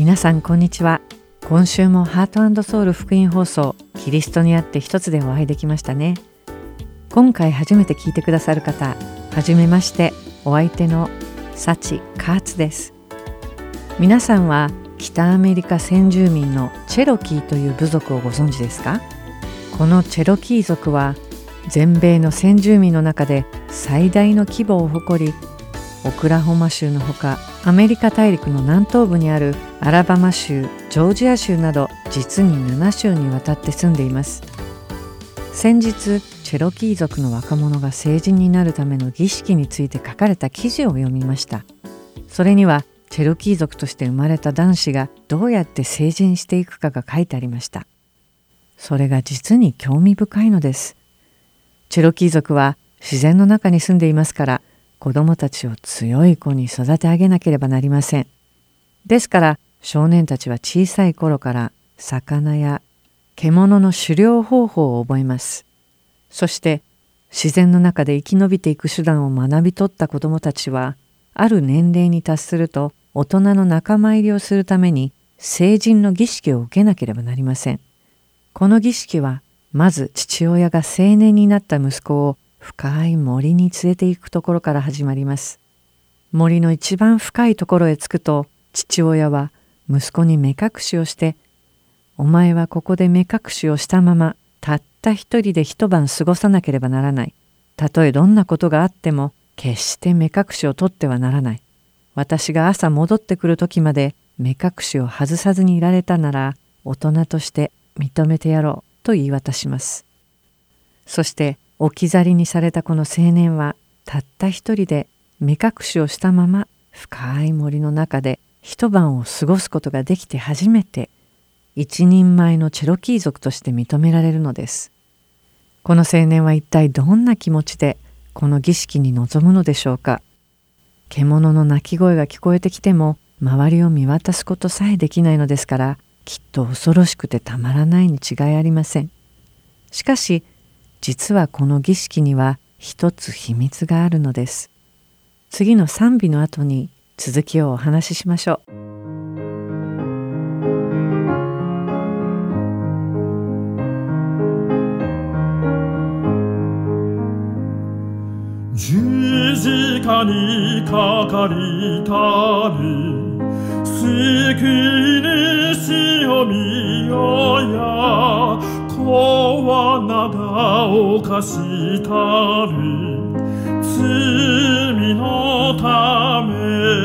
皆さんこんにちは。今週もハート&ソウル福音放送、キリストにあって一つでお会いできましたね。今回初めて聞いてくださる方、はじめまして。お相手のサチ・カーツです。皆さんは北アメリカ先住民のチェロキーという部族をご存知ですか？このチェロキー族は全米の先住民の中で最大の規模を誇り、オクラホマ州のほかアメリカ大陸の南東部にあるアラバマ州、ジョージア州など実に7州にわたって住んでいます。先日チェロキー族の若者が成人になるための儀式について書かれた記事を読みました。それにはチェロキー族として生まれた男子がどうやって成人していくかが書いてありました。それが実に興味深いのです。チェロキー族は自然の中に住んでいますから、子供たちを強い子に育て上げなければなりません。ですから少年たちは小さい頃から魚や獣の狩猟方法を覚えます。そして自然の中で生き延びていく手段を学び取った子供たちは、ある年齢に達すると大人の仲間入りをするために成人の儀式を受けなければなりません。この儀式はまず父親が青年になった息子を深い森に連れて行くところから始まります。森の一番深いところへ着くと、父親は息子に目隠しをして、お前はここで目隠しをしたままたった一人で一晩過ごさなければならない。たとえどんなことがあっても決して目隠しを取ってはならない。私が朝戻ってくる時まで目隠しを外さずにいられたなら、大人として認めてやろうと言い渡します。そして置き去りにされたこの青年はたった一人で目隠しをしたまま深い森の中で一晩を過ごすことができて初めて一人前のチェロキー族として認められるのです。この青年は一体どんな気持ちでこの儀式に臨むのでしょうか。獣の鳴き声が聞こえてきても周りを見渡すことさえできないのですから、きっと恐ろしくてたまらないに違いありません。しかし実はこの儀式には一つ秘密があるのです。次の賛美の後に続きをお話ししましょう。 十字架にかかりたる救い主を見よや、子は長を犯したる罪のため、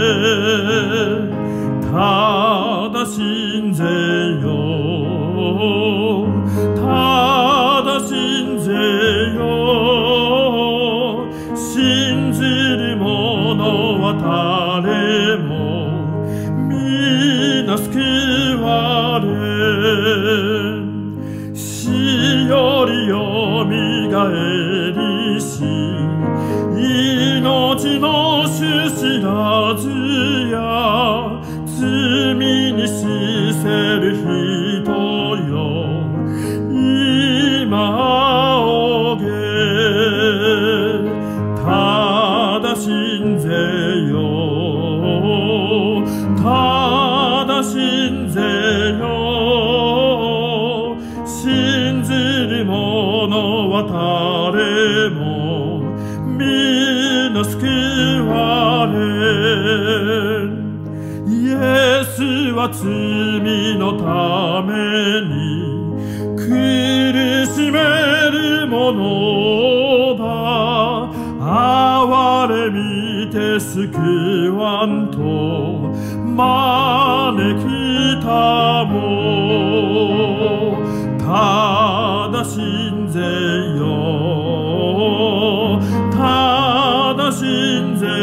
ただ信ぜよ、ただ信ぜよ、信じる者は誰も皆救われ、死よりよみがえりし、命の主知らずや罪に死せる人よ、今おげ、ただ信ぜよ、ただ信ぜよ、信じる者は誰も皆救われ、イエスは罪のために苦しめるものだ、哀れみて救わんと招きたも、ただ信ぜよ、ただ信ぜ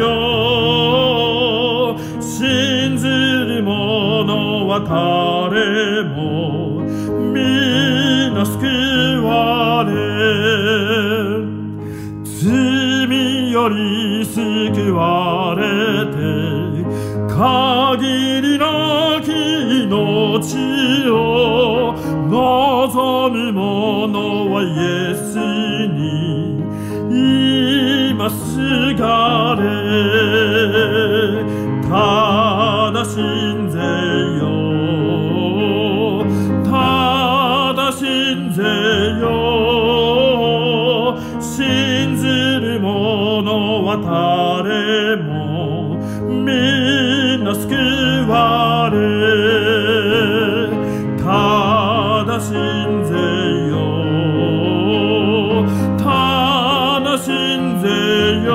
よ、信じる者は誰も皆救われ、罪より救われて限りなき命を望む者はイエスに今すがれ、ただ信ぜよ、 ぜよ。信ずる者は誰もみんな救われ、ただ信ぜよ、ただ信ぜよ。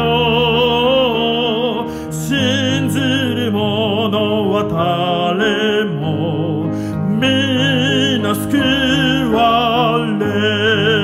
信ずる者は誰もみんな救われ。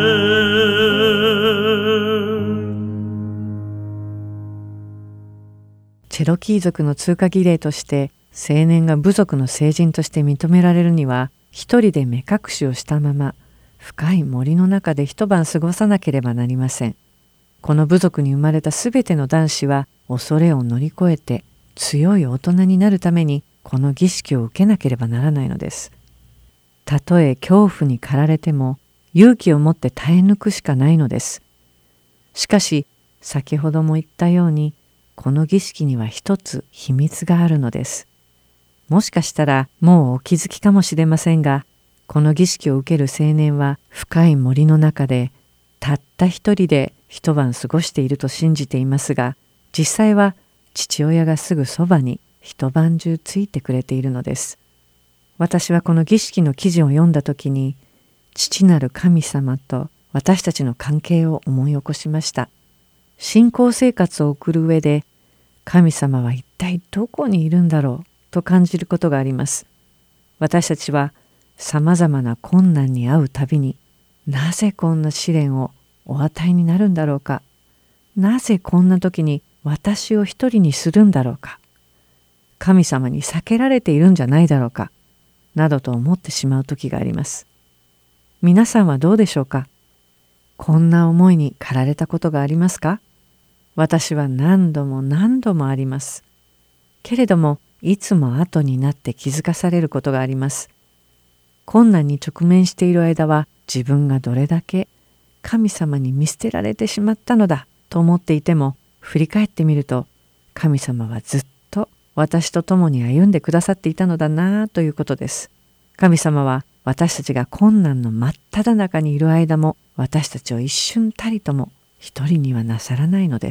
チェロキー族の通過儀礼として青年が部族の成人として認められるには、一人で目隠しをしたまま深い森の中で一晩過ごさなければなりません。この部族に生まれたすべての男子は恐れを乗り越えて強い大人になるためにこの儀式を受けなければならないのです。たとえ恐怖に駆られても勇気を持って耐え抜くしかないのです。しかし先ほども言ったように、この儀式には一つ秘密があるのです。もしかしたらもうお気づきかもしれませんが、この儀式を受ける青年は深い森の中でたった一人で一晩過ごしていると信じていますが、実際は父親がすぐそばに一晩中ついてくれているのです。私はこの儀式の記事を読んだ時に、父なる神様と私たちの関係を思い起こしました。信仰生活を送る上で、神様は一体どこにいるんだろうと感じることがあります。私たちはさまざまな困難に遭うたびに、なぜこんな試練をお与えになるんだろうか、なぜこんな時に私を一人にするんだろうか、神様に避けられているんじゃないだろうか、などと思ってしまう時があります。皆さんはどうでしょうか。こんな思いに駆られたことがありますか。私は何度も何度もあります。けれどもいつも後になって気づかされることがあります。困難に直面している間は自分がどれだけ神様に見捨てられてしまったのだと思っていても、振り返ってみると神様はずっと私と共に歩んでくださっていたのだなということです。神様は私たちが困難の真っ只中にいる間も私たちを一瞬たりとも一人にはなさらないのです。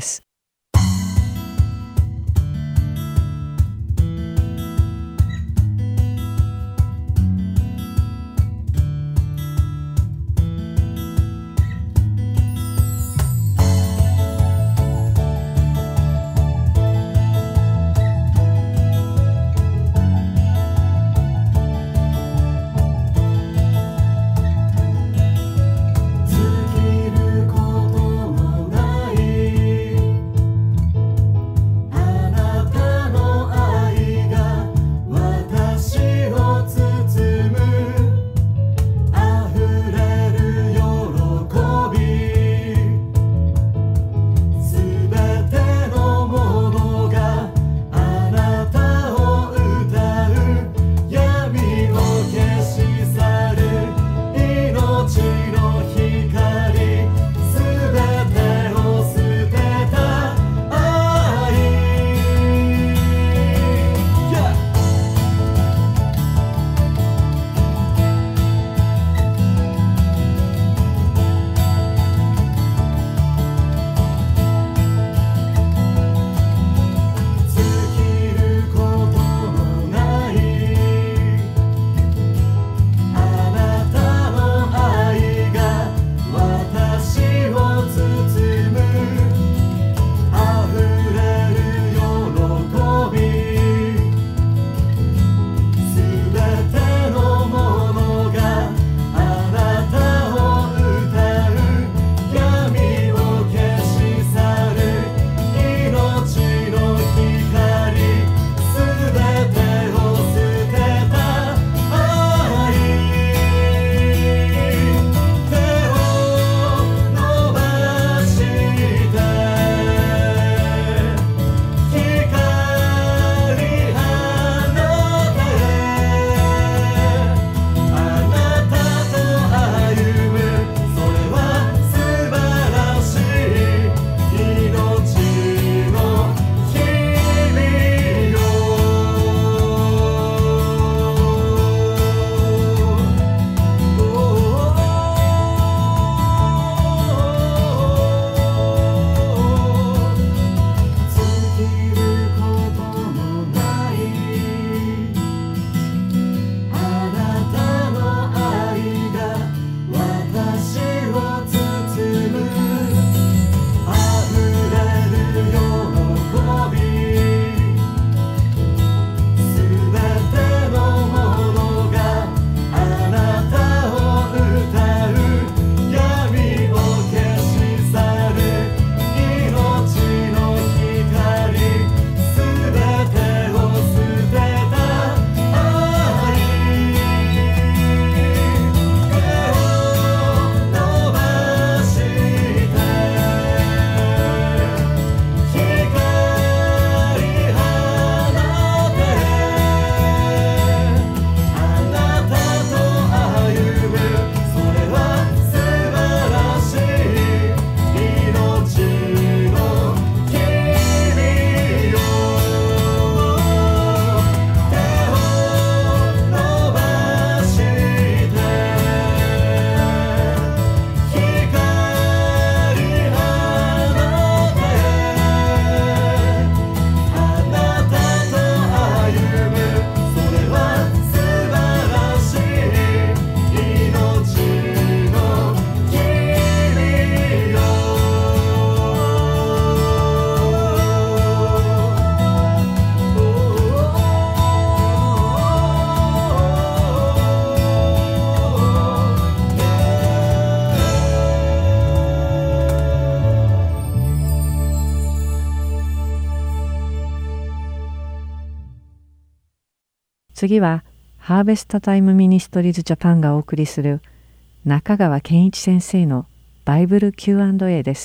次はハーベストタイムミニストリーズジャパンがお送りする中川健一先生のバイブル Q&A です。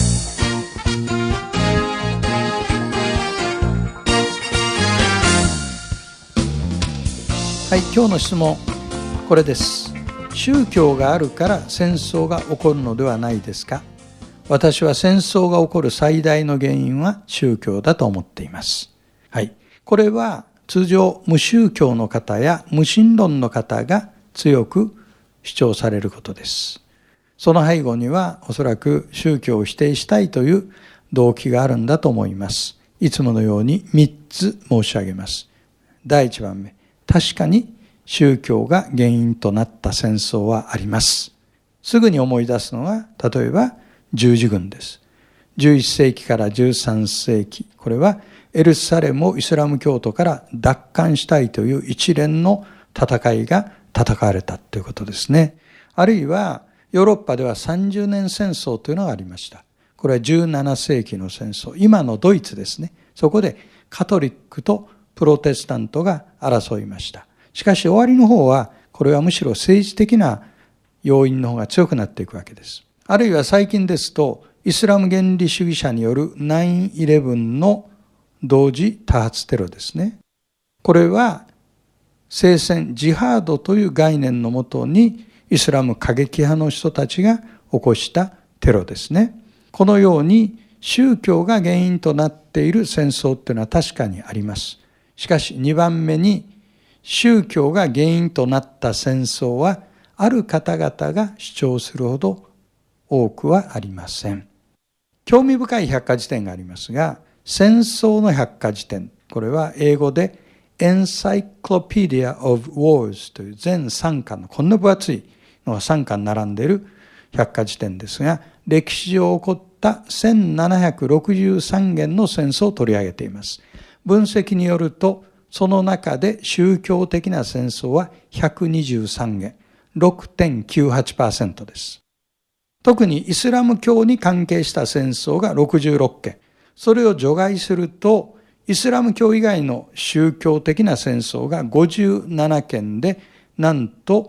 はい、今日の質問これです。宗教があるから戦争が起こるのではないですか？私は戦争が起こる最大の原因は宗教だと思っています。はい、これは通常無宗教の方や無神論の方が強く主張されることです。その背後にはおそらく宗教を否定したいという動機があるんだと思います。いつものように3つ申し上げます。第1番目、確かに宗教が原因となった戦争はあります。すぐに思い出すのは、例えば十字軍です。11世紀から13世紀、これはエルサレムをイスラム教徒から奪還したいという一連の戦いが戦われたということですね。あるいはヨーロッパでは30年戦争というのがありました。これは17世紀の戦争、今のドイツですね。そこでカトリックとプロテスタントが争いました。しかし終わりの方は、これはむしろ政治的な要因の方が強くなっていくわけです。あるいは最近ですと、イスラム原理主義者による 9/11 の同時多発テロですね。これは聖戦、ジハードという概念のもとにイスラム過激派の人たちが起こしたテロですね。このように宗教が原因となっている戦争っていうのは確かにあります。しかし2番目に、宗教が原因となった戦争はある方々が主張するほど多くはありません。興味深い百科事典がありますが、戦争の百科事典、これは英語で Encyclopedia of Wars という全3巻のこんな分厚いのが3巻並んでいる百科事典ですが、歴史上起こった1763件の戦争を取り上げています。分析によると、その中で宗教的な戦争は123件、6.98% です。特にイスラム教に関係した戦争が66件。それを除外すると、イスラム教以外の宗教的な戦争が57件で、なんと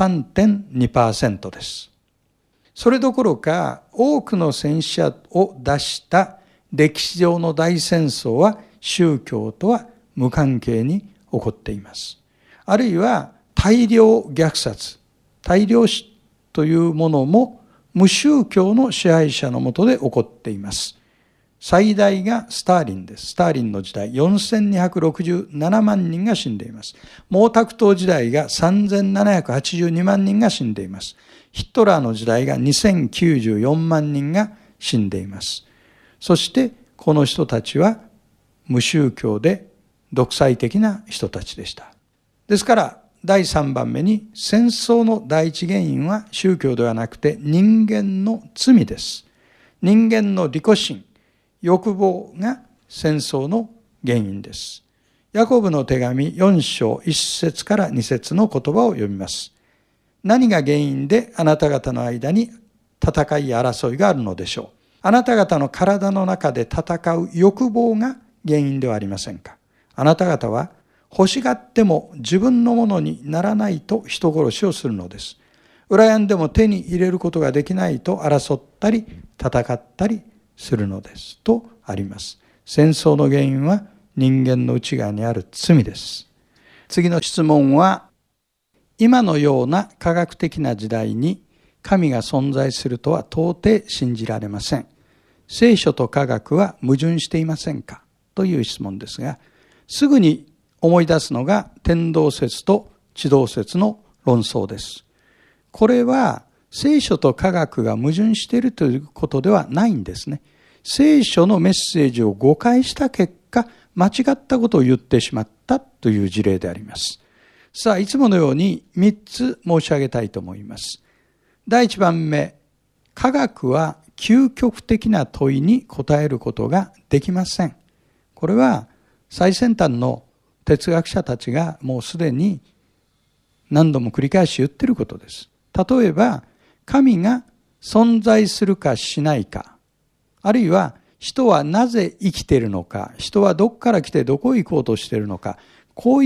3.2% です。それどころか、多くの戦死者を出した歴史上の大戦争は宗教とは無関係に起こっています。あるいは大量虐殺、大量死というものも無宗教の支配者の下で起こっています。最大がスターリンです。スターリンの時代、4267万人が死んでいます。毛沢東時代が3782万人が死んでいます。ヒトラーの時代が2094万人が死んでいます。そしてこの人たちは無宗教で独裁的な人たちでした。ですから第3番目に、戦争の第一原因は宗教ではなくて人間の罪です。人間の利己心、欲望が戦争の原因です。ヤコブの手紙4章1節から2節の言葉を読みます。何が原因であなた方の間に戦いや争いがあるのでしょう。あなた方の体の中で戦う欲望が原因ではありませんか。あなた方は欲しがっても自分のものにならないと人殺しをするのです。羨んでも手に入れることができないと争ったり戦ったりするのですとあります。戦争の原因は人間の内側にある罪です。次の質問は、今のような科学的な時代に神が存在するとは到底信じられません。聖書と科学は矛盾していませんかという質問ですが、すぐに思い出すのが天動説と地動説の論争です。これは聖書と科学が矛盾しているということではないんですね。聖書のメッセージを誤解した結果、間違ったことを言ってしまったという事例であります。さあ、いつものように3つ申し上げたいと思います。第1番目、科学は究極的な問いに答えることができません。これは最先端の哲学者たちがもうすでに何度も繰り返し言っていることです。例えば、神が存在するかしないか、あるいは人はなぜ生きているのか、人はどこから来てどこへ行こうとしているのか、こういっ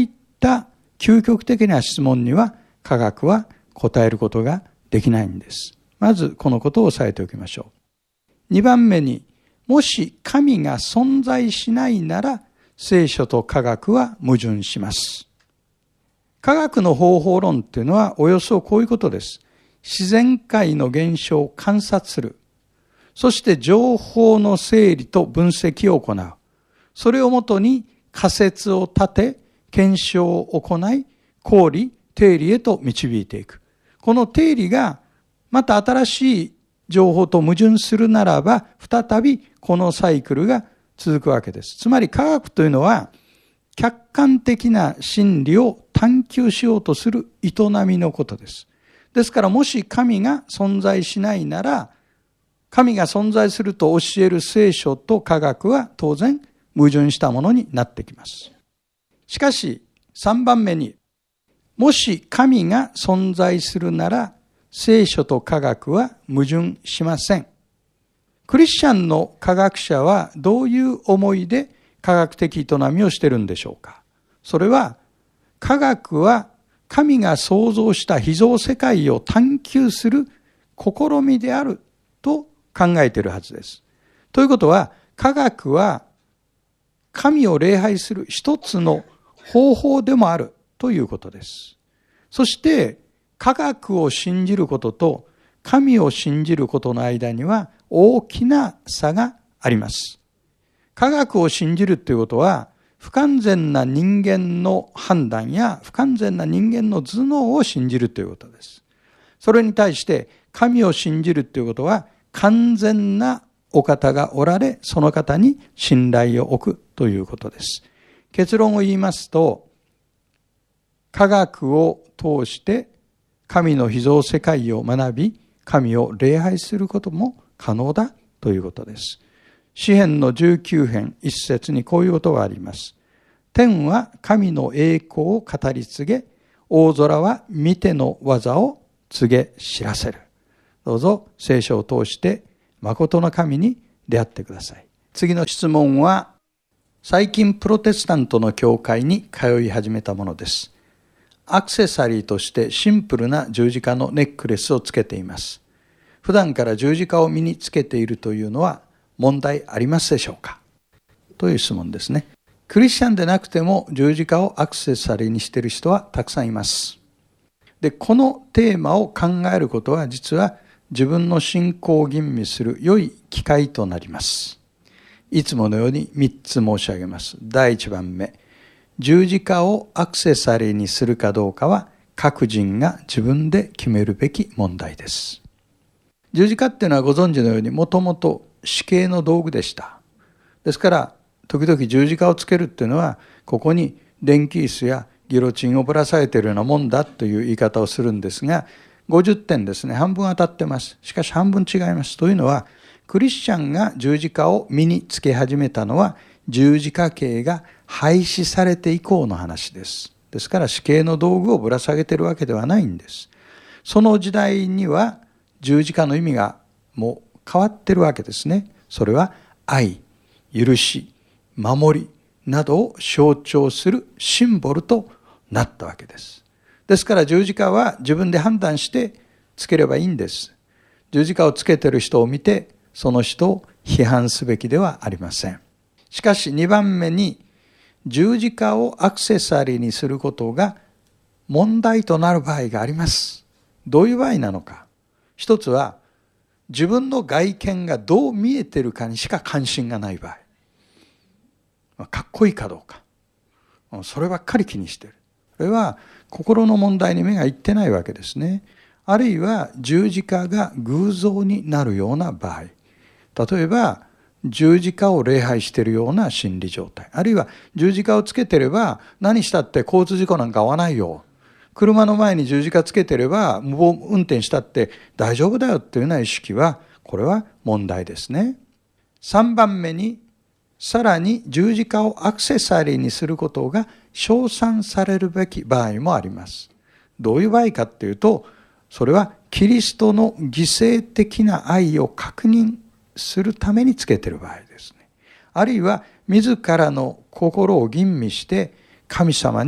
った究極的な質問には科学は答えることができないんです。まずこのことを押さえておきましょう。2番目に、もし神が存在しないなら聖書と科学は矛盾します。科学の方法論っていうのはおよそこういうことです。自然界の現象を観察する。そして情報の整理と分析を行う。それをもとに仮説を立て、検証を行い、公理、定理へと導いていく。この定理がまた新しい情報と矛盾するならば、再びこのサイクルが続くわけです。つまり科学というのは、客観的な真理を探求しようとする営みのことです。ですからもし神が存在しないなら、神が存在すると教える聖書と科学は当然矛盾したものになってきます。しかし3番目に、もし神が存在するなら聖書と科学は矛盾しません。クリスチャンの科学者はどういう思いで科学的営みをしているんでしょうか。それは科学は神が創造した被造世界を探求する試みであると考えているはずです。ということは、科学は神を礼拝する一つの方法でもあるということです。そして科学を信じることと神を信じることの間には大きな差があります。科学を信じるということは、不完全な人間の判断や不完全な人間の頭脳を信じるということです。それに対して神を信じるということは、完全なお方がおられ、その方に信頼を置くということです。結論を言いますと、科学を通して神の被造世界を学び、神を礼拝することも可能だということです。詩編の19編1節にこういうことがあります。天は神の栄光を語り継げ、大空は御手の技を告げ知らせる。どうぞ聖書を通して誠の神に出会ってください。次の質問は、最近プロテスタントの教会に通い始めたものです。アクセサリーとしてシンプルな十字架のネックレスをつけています。普段から十字架を身につけているというのは問題ありますでしょうか、という質問ですね。クリスチャンでなくても十字架をアクセサリーにしている人はたくさんいます。で、このテーマを考えることは実は自分の信仰を吟味する良い機会となります。いつものように3つ申し上げます。第1番目、十字架をアクセサリーにするかどうかは各人が自分で決めるべき問題です。十字架っていうのはご存知のようにもともと死刑の道具でした。ですから時々十字架をつけるっていうのは、ここに電気椅子やギロチンをぶら下げているようなもんだという言い方をするんですが、50点ですね。半分当たってます。しかし半分違います。というのは、クリスチャンが十字架を身につけ始めたのは十字架刑が廃止されて以降の話です。ですから死刑の道具をぶら下げているわけではないんです。その時代には十字架の意味がもう変わっているわけですね。それは愛、許し、守りなどを象徴するシンボルとなったわけです。ですから十字架は自分で判断してつければいいんです。十字架をつけている人を見てその人を批判すべきではありません。しかし2番目に、十字架をアクセサリーにすることが問題となる場合があります。どういう場合なのか。一つは自分の外見がどう見えているかにしか関心がない場合、かっこいいかどうか、そればっかり気にしている。それは心の問題に目がいってないわけですね。あるいは十字架が偶像になるような場合、例えば十字架を礼拝しているような心理状態、あるいは十字架をつけてれば何したって交通事故なんか合わないよ、車の前に十字架つけてれば無謀運転したって大丈夫だよっていうような意識は、これは問題ですね。3番目に、さらに十字架をアクセサリーにすることが称賛されるべき場合もあります。どういう場合かっていうと、それはキリストの犠牲的な愛を確認するためにつけている場合ですね。あるいは自らの心を吟味して神様に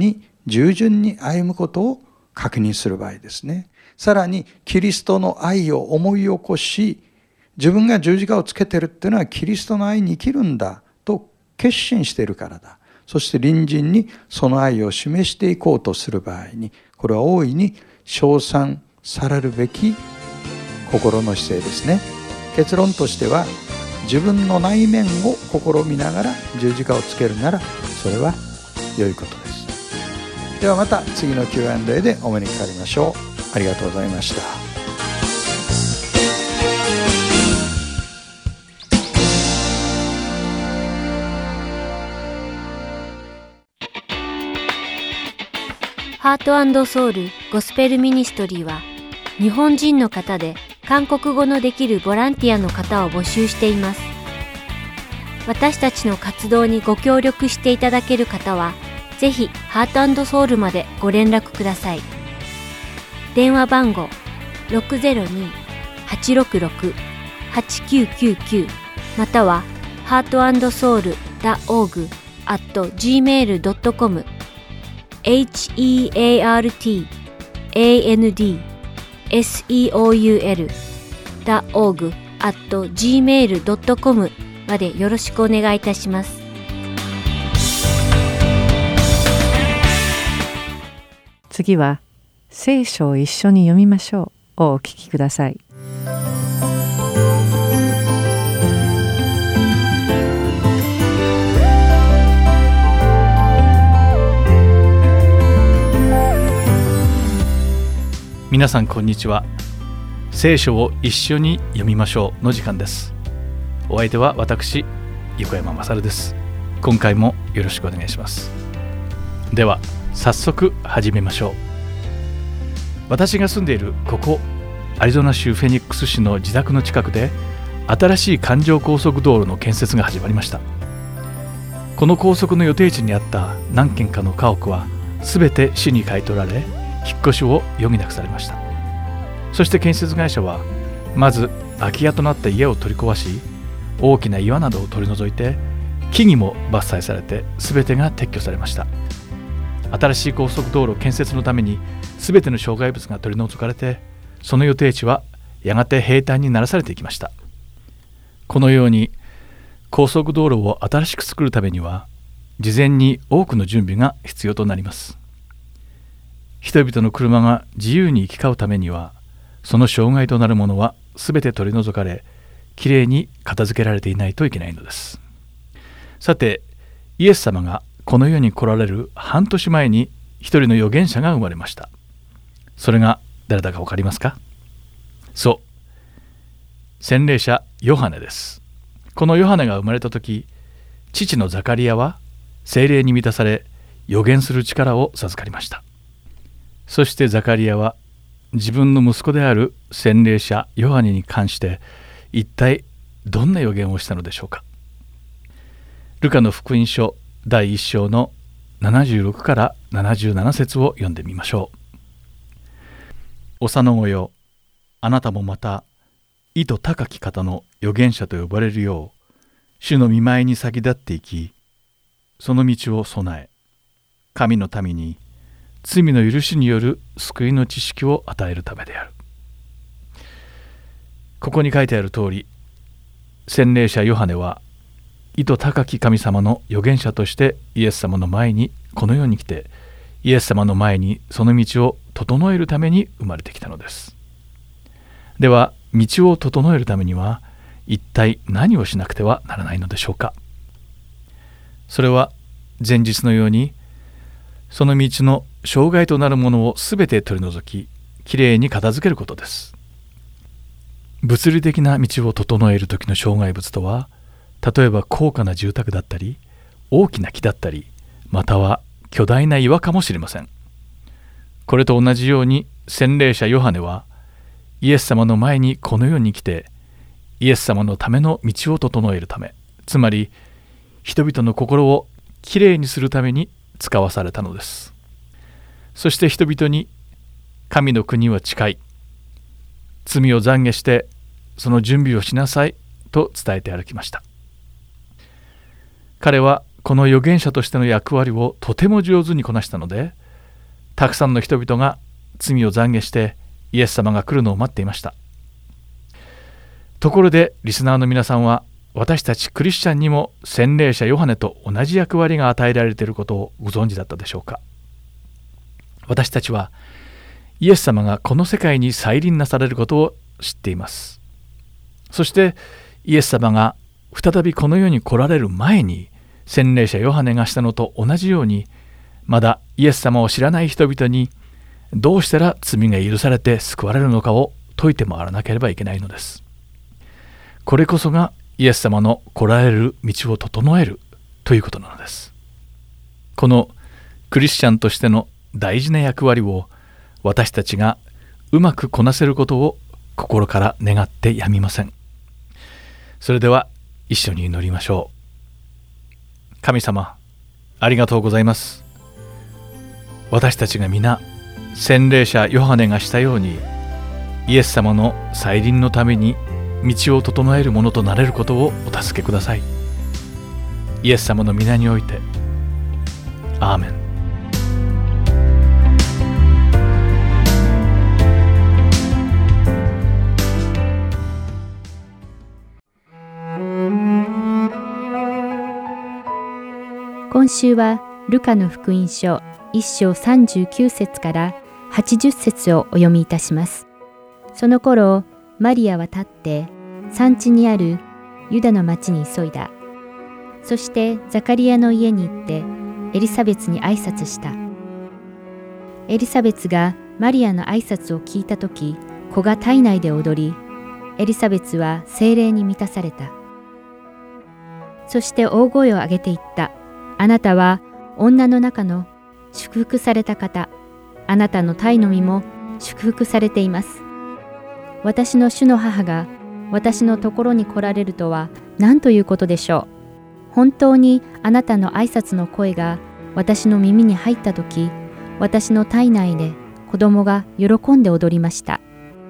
従順に歩むことを確認する場合ですね。さらにキリストの愛を思い起こし、自分が十字架をつけているっていうのはキリストの愛に生きるんだと決心しているからだ。そして隣人にその愛を示していこうとする場合に、これは大いに称賛されるべき心の姿勢ですね。結論としては、自分の内面を試みながら十字架をつけるなら、それは良いことです。ではまた次の Q&A でお目にかかりましょう。ありがとうございました。 ハート&ソウルゴスペルミニストリーは、日本人の方で韓国語のできるボランティアの方を募集しています。私たちの活動にご協力していただける方は、ぜひハート&ソウルまでご連絡ください。電話番号 602-866-8999 または heartandsoul.org@gmail.com heartandseoul.org@gmail.com までよろしくお願いいたします。 次は聖書を一緒に読みましょうをお聞きください。 皆さんこんにちは。聖書を一緒に読みましょうの時間です。お相手は私横山勝です。今回もよろしくお願いします。では早速始めましょう。私が住んでいるここアリゾナ州フェニックス市の自宅の近くで、新しい環状高速道路の建設が始まりました。この高速の予定地にあった何軒かの家屋はすべて市に買い取られ、引っ越しを余儀なくされました。そして建設会社はまず空き家となった家を取り壊し、大きな岩などを取り除いて、木々も伐採されて全てが撤去されました。新しい高速道路建設のために全ての障害物が取り除かれて、その予定地はやがて平坦にならされていきました。このように高速道路を新しく作るためには、事前に多くの準備が必要となります。人々の車が自由に行き交うためには、その障害となるものはすべて取り除かれ、きれいに片付けられていないといけないのです。さて、イエス様がこの世に来られる半年前に一人の預言者が生まれました。それが誰だかわかりますか？そう、洗礼者ヨハネです。このヨハネが生まれた時、父のザカリアは聖霊に満たされ、預言する力を授かりました。そしてザカリアは自分の息子である洗礼者ヨハネに関して一体どんな預言をしたのでしょうか。ルカの福音書第1章の76から77節を読んでみましょう。幼子よ、あなたもまた意図高き方の預言者と呼ばれるよう、主の御前に先立っていき、その道を備え、神の民に罪の許しによる救いの知識を与えるためである。ここに書いてある通り、洗礼者ヨハネは意図高き神様の預言者としてイエス様の前にこの世に来て、イエス様の前にその道を整えるために生まれてきたのです。では、道を整えるためには一体何をしなくてはならないのでしょうか。それは前日のように、その道の障害となるものをすべて取り除き、きれいに片付けることです。物理的な道を整える時の障害物とは、例えば高価な住宅だったり、大きな木だったり、または巨大な岩かもしれません。これと同じように、洗礼者ヨハネはイエス様の前にこの世に来て、イエス様のための道を整えるため、つまり人々の心をきれいにするために使わされたのです。そして人々に神の国は近い、罪を懺悔してその準備をしなさいと伝えて歩きました。彼はこの預言者としての役割をとても上手にこなしたので、 たくさんの人々が罪を懺悔してイエス様が来るのを待っていました。ところでリスナーの皆さんは、私たちクリスチャンにも洗礼者ヨハネと同じ役割が与えられていることをご存知だったでしょうか。私たちはイエス様がこの世界に再臨なされることを知っています。そしてイエス様が再びこの世に来られる前に、洗礼者ヨハネがしたのと同じように、まだイエス様を知らない人々にどうしたら罪が許されて救われるのかを説いて回らなければいけないのです。これこそがイエス様の来られる道を整えるということなのです。このクリスチャンとしての大事な役割を私たちがうまくこなせることを心から願ってやみません。それでは一緒に祈りましょう。神様、ありがとうございます。私たちが皆洗礼者ヨハネがしたように、イエス様の再臨のために道を整えるものとなれることをお助けください。イエス様の皆においてアーメン。 今週はルカの福音書1章39節から80節をお読みいたします。その頃、マリアは立って山地にあるユダの町に急いだ。そしてザカリアの家に行ってエリザベスに挨拶した。エリザベスがマリアの挨拶を聞いたとき、子が体内で踊り、エリザベスは聖霊に満たされた。そして大声を上げて言った。あなたは女の中の祝福された方。あなたの胎の実も祝福されています。私の主の母が私のところに来られるとは何ということでしょう。本当にあなたの挨拶の声が私の耳に入ったとき、私の体内で子供が喜んで踊りました。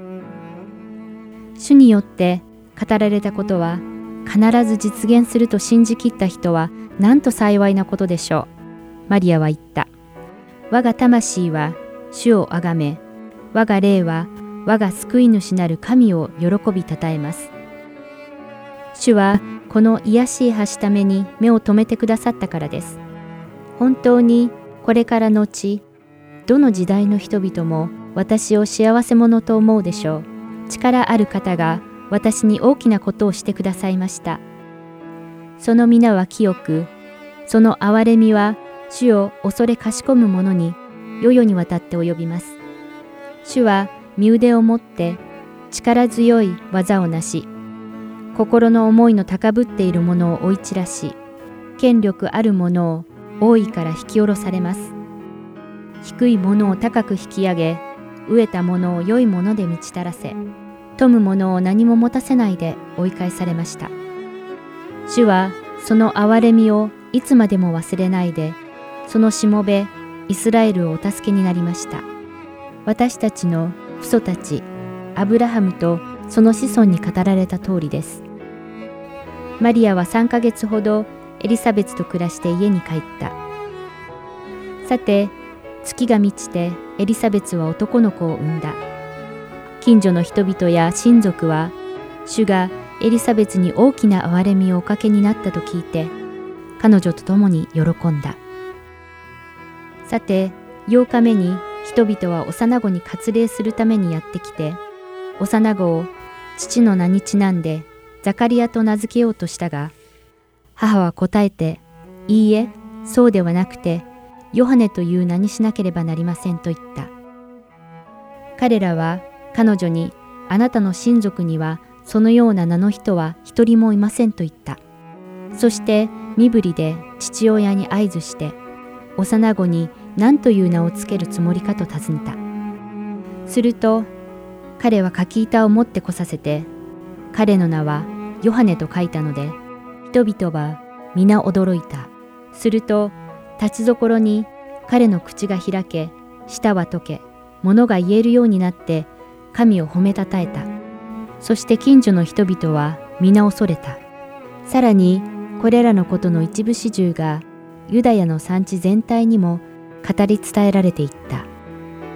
主によって語られたことは必ず実現すると信じきった人はなんと幸いなことでしょう。マリアは言った。我が魂は主をあがめ、我が霊は我が救い主なる神を喜びたたえます。主はこの癒しいはしために目を留めてくださったからです。本当にこれからのち、どの時代の人々も私を幸せ者と思うでしょう。力ある方が私に大きなことをしてくださいました。その皆は清く、その憐れみは主を恐れかしこむ者に世々にわたって及びます。主は身腕を持って力強い技をなし、心の思いの高ぶっている者を追い散らし、権力ある者を王位から引き下ろされます。低い者を高く引き上げ、飢えた者を良いもので満ち足らせ、富む者を何も持たせないで追い返されました。主はその憐れみをいつまでも忘れないで、そのしもべイスラエルをお助けになりました。私たちの父祖たちアブラハムとその子孫に語られた通りです。マリアは3ヶ月ほどエリザベスと暮らして家に帰った。さて、月が満ちてエリザベスは男の子を産んだ。近所の人々や親族は、主がエリザベスに大きな憐れみをおかけになったと聞いて、彼女と共に喜んだ。さて、8日目に人々は幼子に割礼するためにやってきて、幼子を父の名にちなんでザカリアと名付けようとしたが、母は答えて、いいえ、そうではなくて、ヨハネという名にしなければなりませんと言った。彼らは彼女に、あなたの親族にはそのような名の人は一人もいませんと言った。そして身振りで父親に合図して、幼子に何という名をつけるつもりかと尋ねた。すると彼は柿板を持ってこさせて、彼の名はヨハネと書いたので、人々は皆驚いた。すると立ちどころに彼の口が開け、舌は溶け、物が言えるようになって神を褒めたたえた。そして近所の人々は皆恐れた。さらにこれらのことの一部始終がユダヤの産地全体にも語り伝えられていった。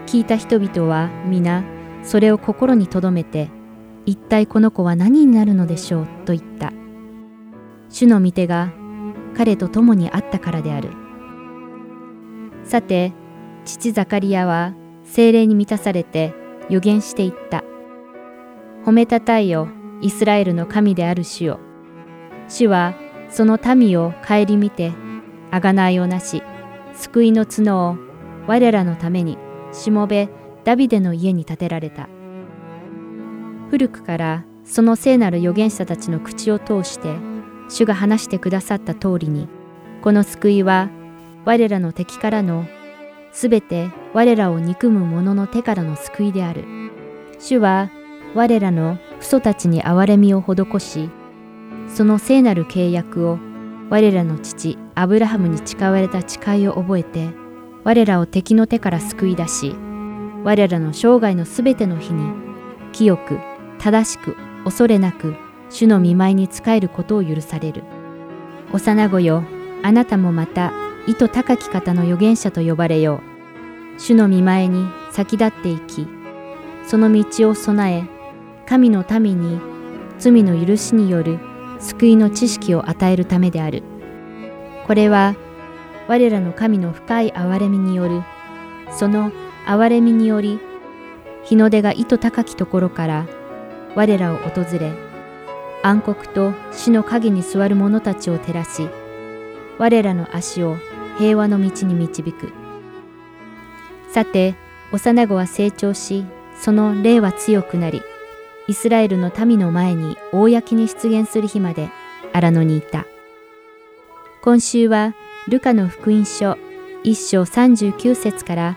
聞いた人々は皆それを心に留めて、一体この子は何になるのでしょうと言った。主の御手が彼と共にあったからである。さて、父ザカリヤは聖霊に満たされて預言していった。褒めたたえよ、イスラエルの神である主よ。主はその民を顧みて、贖いをなし、救いの角を我らのためにしもべダビデの家に建てられた。古くからその聖なる預言者たちの口を通して主が話してくださった通りに、この救いは我らの敵からのすべて我らを憎む者の手からの救いである。主は我らの父祖たちに憐れみを施し、その聖なる契約を我らの父アブラハムに誓われた誓いを覚えて、我らを敵の手から救い出し、我らの生涯のすべての日に清く正しく恐れなく主の御前に仕えることを許される。幼子よ、あなたもまた意図高き方の預言者と呼ばれよう。主の御前に先立っていき、その道を備え、神の民に罪の許しによる救いの知識を与えるためである。これは我らの神の深い憐れみによる、その憐れみにより、日の出が意図高きところから我らを訪れ、暗黒と死の影に座る者たちを照らし、我らの足を平和の道に導く。さて、幼子は成長し、その霊は強くなり、イスラエルの民の前に公に出現する日まで荒野にいた。今週はルカの福音書1章39節から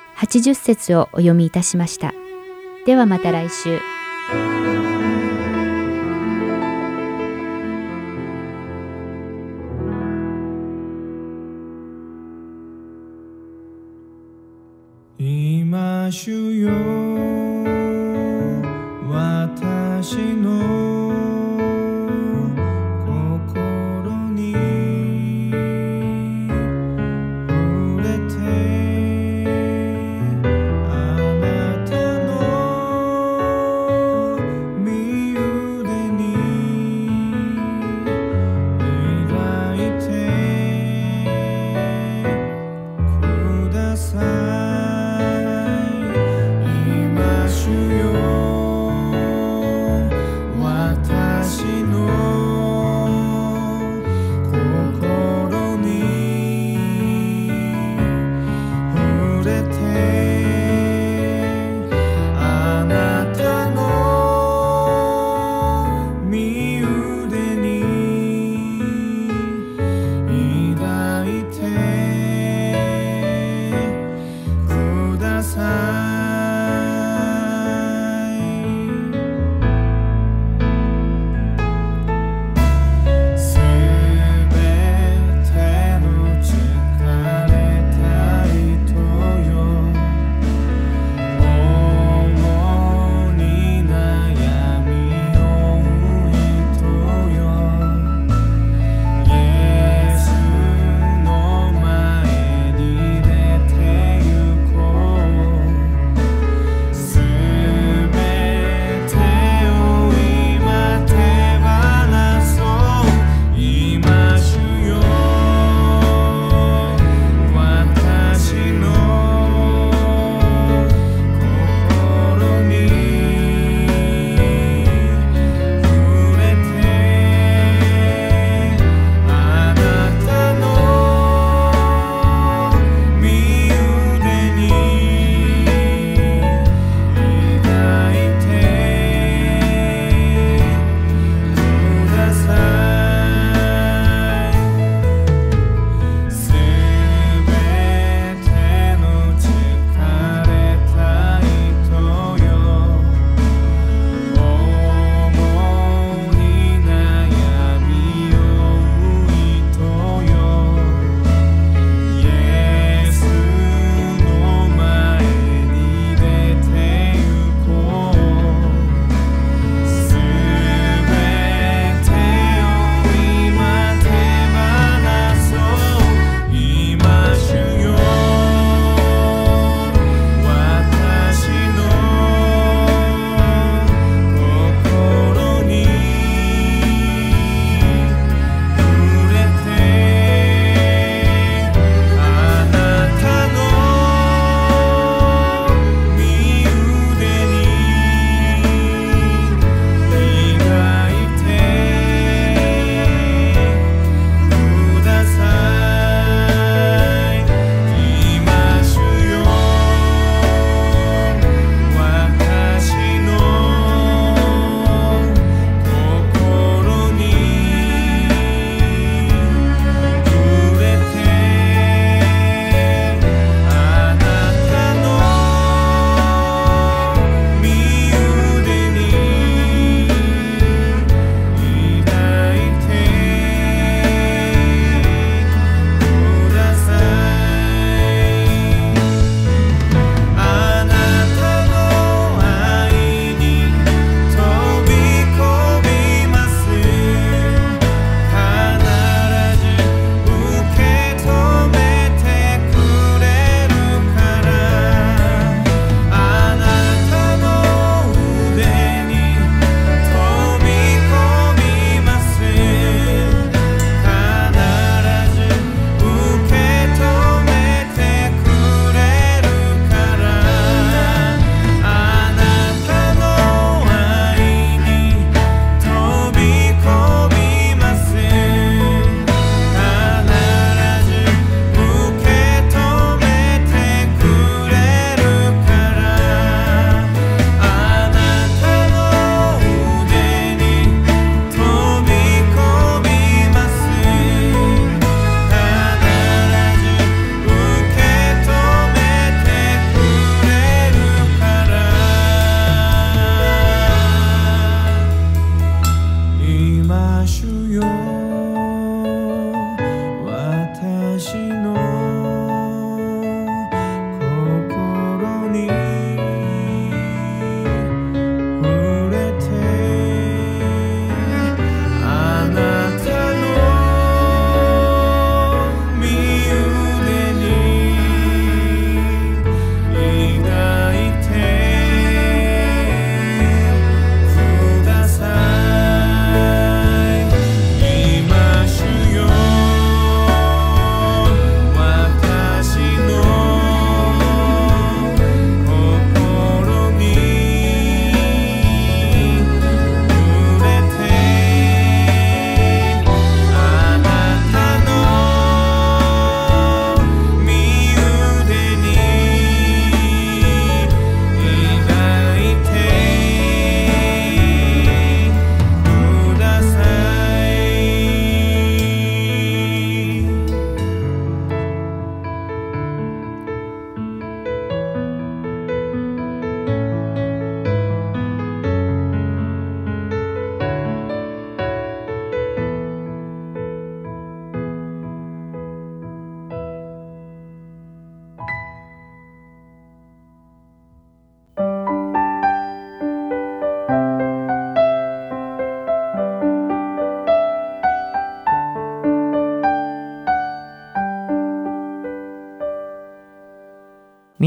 80節をお読みいたしました。ではまた来週。 今主よ、私の心に触れて、あなたの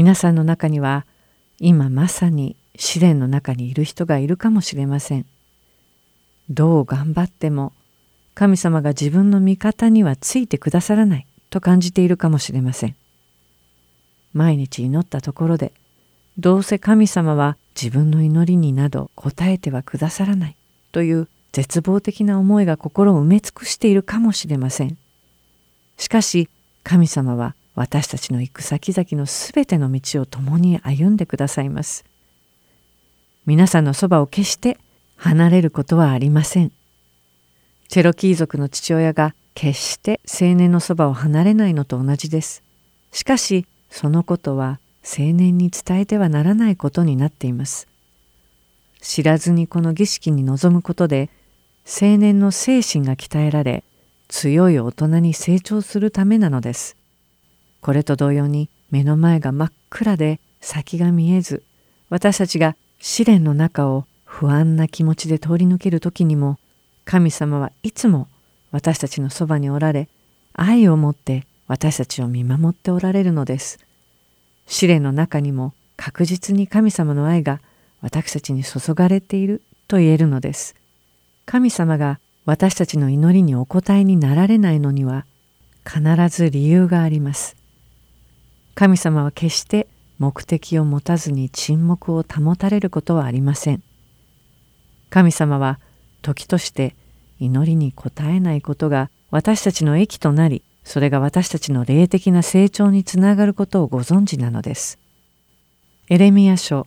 皆さんの中には今まさに試練の中にいる人がいるかもしれません。どう頑張っても神様が自分の味方にはついてくださらないと感じているかもしれません。毎日祈ったところでどうせ神様は自分の祈りになど応えてはくださらないという絶望的な思いが心を埋め尽くしているかもしれません。しかし神様は私たちの行く先々のすべての道を共に歩んでくださいます。皆さんのそばを決して離れることはありません。チェロキー族の父親が決して青年のそばを離れないのと同じです。しかしそのことは青年に伝えてはならないことになっています。知らずにこの儀式に臨むことで青年の精神が鍛えられ、強い大人に成長するためなのです。これと同様に目の前が真っ暗で先が見えず、私たちが試練の中を不安な気持ちで通り抜ける時にも、神様はいつも私たちのそばにおられ、愛を持って私たちを見守っておられるのです。試練の中にも確実に神様の愛が私たちに注がれていると言えるのです。神様が私たちの祈りにお答えになられないのには必ず理由があります。神様は決して目的を持たずに沈黙を保たれることはありません。神様は時として祈りに応えないことが私たちの益となり、それが私たちの霊的な成長につながることをご存知なのです。エレミヤ書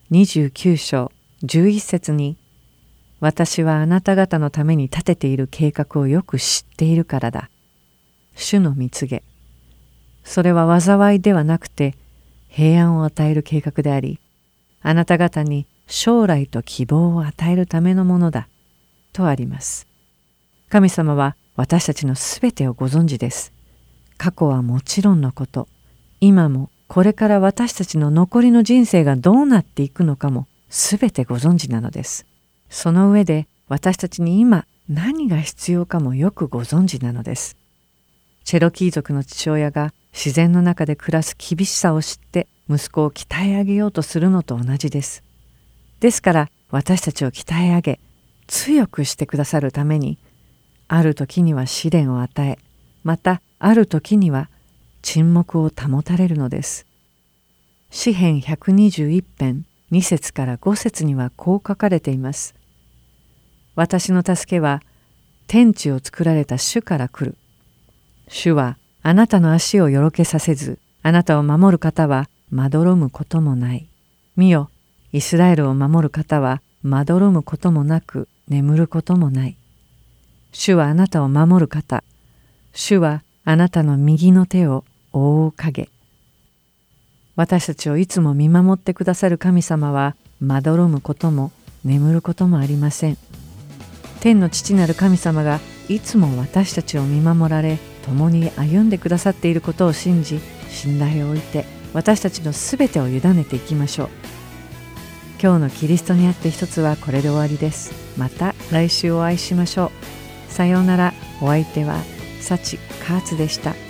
29章11節に、私はあなた方のために立てている計画をよく知っているからだ。主の蜜げ。それは災いではなくて平安を与える計画であり、あなた方に将来と希望を与えるためのものだ。とあります。神様は私たちのすべてをご存知です。過去はもちろんのこと、今もこれから私たちの残りの人生がどうなっていくのかもすべてご存知なのです。その上で私たちに今何が必要かもよくご存知なのです。チェロキー族の父親が自然の中で暮らす厳しさを知って息子を鍛え上げようとするのと同じです。ですから私たちを鍛え上げ強くしてくださるために、ある時には試練を与え、またある時には沈黙を保たれるのです。詩編121編2節から5節にはこう書かれています。私の助けは天地を作られた主から来る。主はあなたの足をよろけさせず、あなたを守る方はまどろむこともない。見よ、イスラエルを守る方はまどろむこともなく眠ることもない。主はあなたを守る方。主はあなたの右の手を覆う影。私たちをいつも見守ってくださる神様はまどろむことも眠ることもありません。天の父なる神様がいつも私たちを見守られ、共に歩んでくださっていることを信じ、信頼を置いて私たちのすべてを委ねていきましょう。今日のキリストにあって一つはこれで終わりです。また来週お会いしましょう。さようなら。お相手は幸カーツでした。